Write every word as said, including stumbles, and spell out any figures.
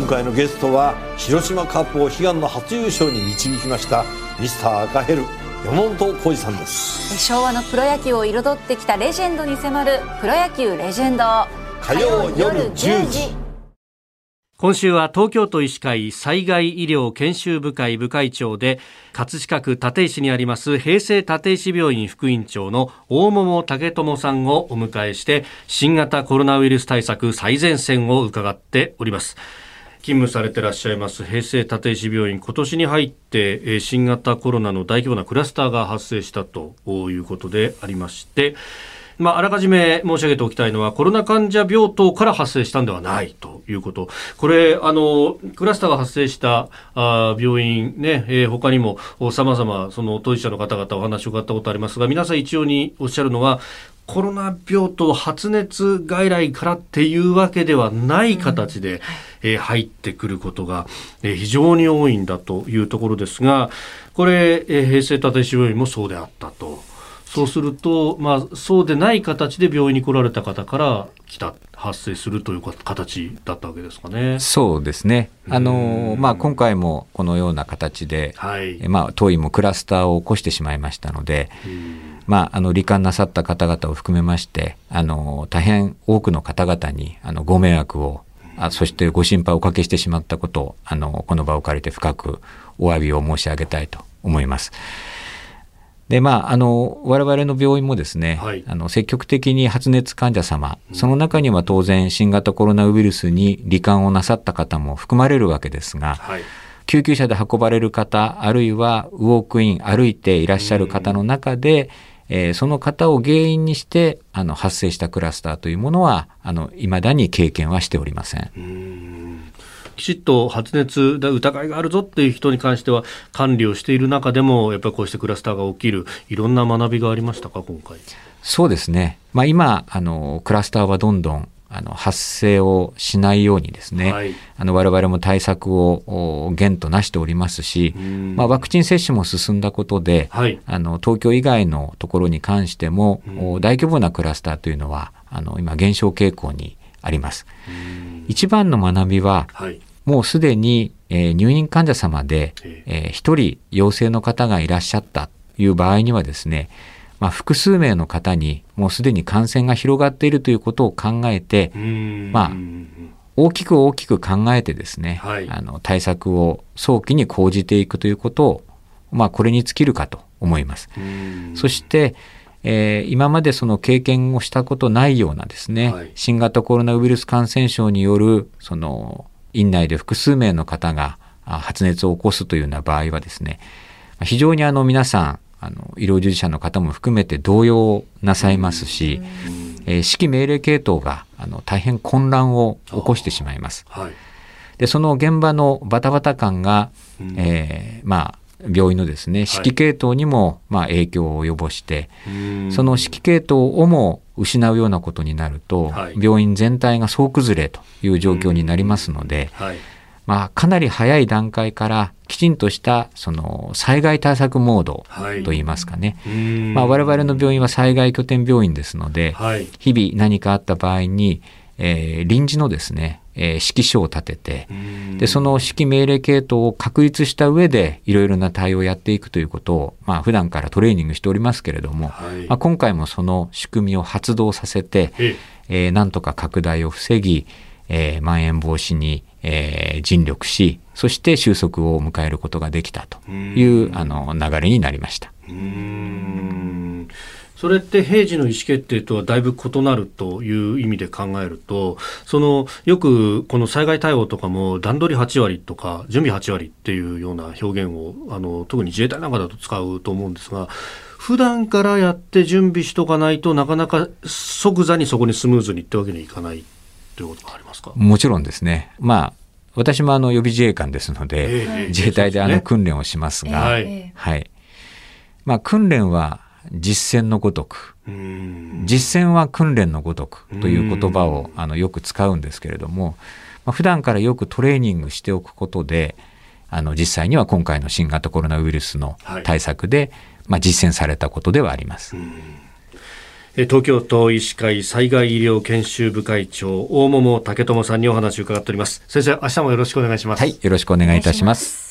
回のゲストは広島カップを悲願の初優勝に導きましたミスター赤ヘル山本浩二さんです。 昭和のプロ野球を彩ってきたレジェンドに迫るプロ野球レジェンド、 火曜夜じゅうじ。 今週は東京都医師会災害医療研修部会部会長で葛飾区立石にあります平成立石病院副院長の大桃武智さんをお迎えして新型コロナウイルス対策最前線を伺っております。勤務されていらっしゃいます平成立石病院、今年に入って新型コロナの大規模なクラスターが発生したということでありまして、まあ、あらかじめ申し上げておきたいのはコロナ患者病棟から発生したんではないということ。これあのクラスターが発生したあ病院ね、えー、他にも様々その当事者の方々お話を伺ったことありますが、皆さん一様におっしゃるのはコロナ病棟発熱外来からっていうわけではない形で、うんえー、入ってくることが、えー、非常に多いんだというところですが、これ、えー、平成立石病院もそうであったと。そうすると、まあ、そうでない形で病院に来られた方から来た発生するという形だったわけですかね。 そうですね。あの、まあ、今回もこのような形で、はいまあ、当院もクラスターを起こしてしまいましたので、まあ、あの罹患なさった方々を含めましてあの大変多くの方々にあのご迷惑をあそしてご心配をおかけしてしまったことをあのこの場を借りて深くお詫びを申し上げたいと思います。でまあ、あの我々の病院もですね、はい、あの積極的に発熱患者様、うん、その中には当然新型コロナウイルスに罹患をなさった方も含まれるわけですが、はい、救急車で運ばれる方あるいはウォークイン歩いていらっしゃる方の中で、えー、その方を原因にしてあの発生したクラスターというものはあの未だに経験はしておりません。 うーんきちっと発熱で疑いがあるぞっていう人に関しては管理をしている中でもやっぱりこうしてクラスターが起きるいろんな学びがありましたか今回。 そうですね、まあ、今あのクラスターはどんどんあの発生をしないようにですね、はい、あの我々も対策を厳となしておりますし、まあ、ワクチン接種も進んだことで、はい、あの東京以外のところに関しても大規模なクラスターというのはあの今減少傾向にあります。一番の学びは、はい、もうすでに、えー、入院患者様で、えー、ひとり陽性の方がいらっしゃったという場合にはですね、まあ、複数名の方にもうすでに感染が広がっているということを考えて、まあ、大きく大きく考えてですね、はい、あの対策を早期に講じていくということを、まあ、これに尽きるかと思います。そしてえー、今までその経験をしたことないようなですね、はい、新型コロナウイルス感染症によるその院内で複数名の方が発熱を起こすというような場合はですね、非常にあの皆さんあの医療従事者の方も含めて動揺なさいますし、えー、指揮命令系統があの大変混乱を起こしてしまいます。はい、でその現場のバタバタ感が、えー、まあ病院のですね指揮系統にもまあ影響を及ぼして、はい、その指揮系統をも失うようなことになると、はい、病院全体が総崩れという状況になりますので、はい、まあ、かなり早い段階からきちんとしたその災害対策モードといいますかね、はい、まあ、我々の病院は災害拠点病院ですので、はい、日々何かあった場合に、えー、臨時のですねえー、指揮所を立てて、でその指揮命令系統を確立した上でいろいろな対応をやっていくということを、まあ、普段からトレーニングしておりますけれども、はい、まあ、今回もその仕組みを発動させて、えー、なんとか拡大を防ぎ、えー、まん延防止に、えー、尽力し、そして収束を迎えることができたというあの流れになりました。 うーんそれって平時の意思決定とはだいぶ異なるという意味で考えると、そのよくこの災害対応とかも段取りはちわりとか準備はちわりっていうような表現をあの特に自衛隊なんかだと使うと思うんですが、普段からやって準備しとかないとなかなか即座にそこにスムーズにいってわけにいかないということがありますか？ もちろんですね。まあ私もあの予備自衛官ですので、えー、自衛隊であの訓練をしますが、えーはい、まあ、訓練は実践のごとく、実践は訓練のごとくという言葉をあのよく使うんですけれども、まあ、普段からよくトレーニングしておくことであの実際には今回の新型コロナウイルスの対策で、はい、まあ、実践されたことではあります。 東京都医師会災害医療研修部会長大桃武智さんにお話を伺っております。先生、明日もよろしくお願いします。 はい、よろしくお願いいたします。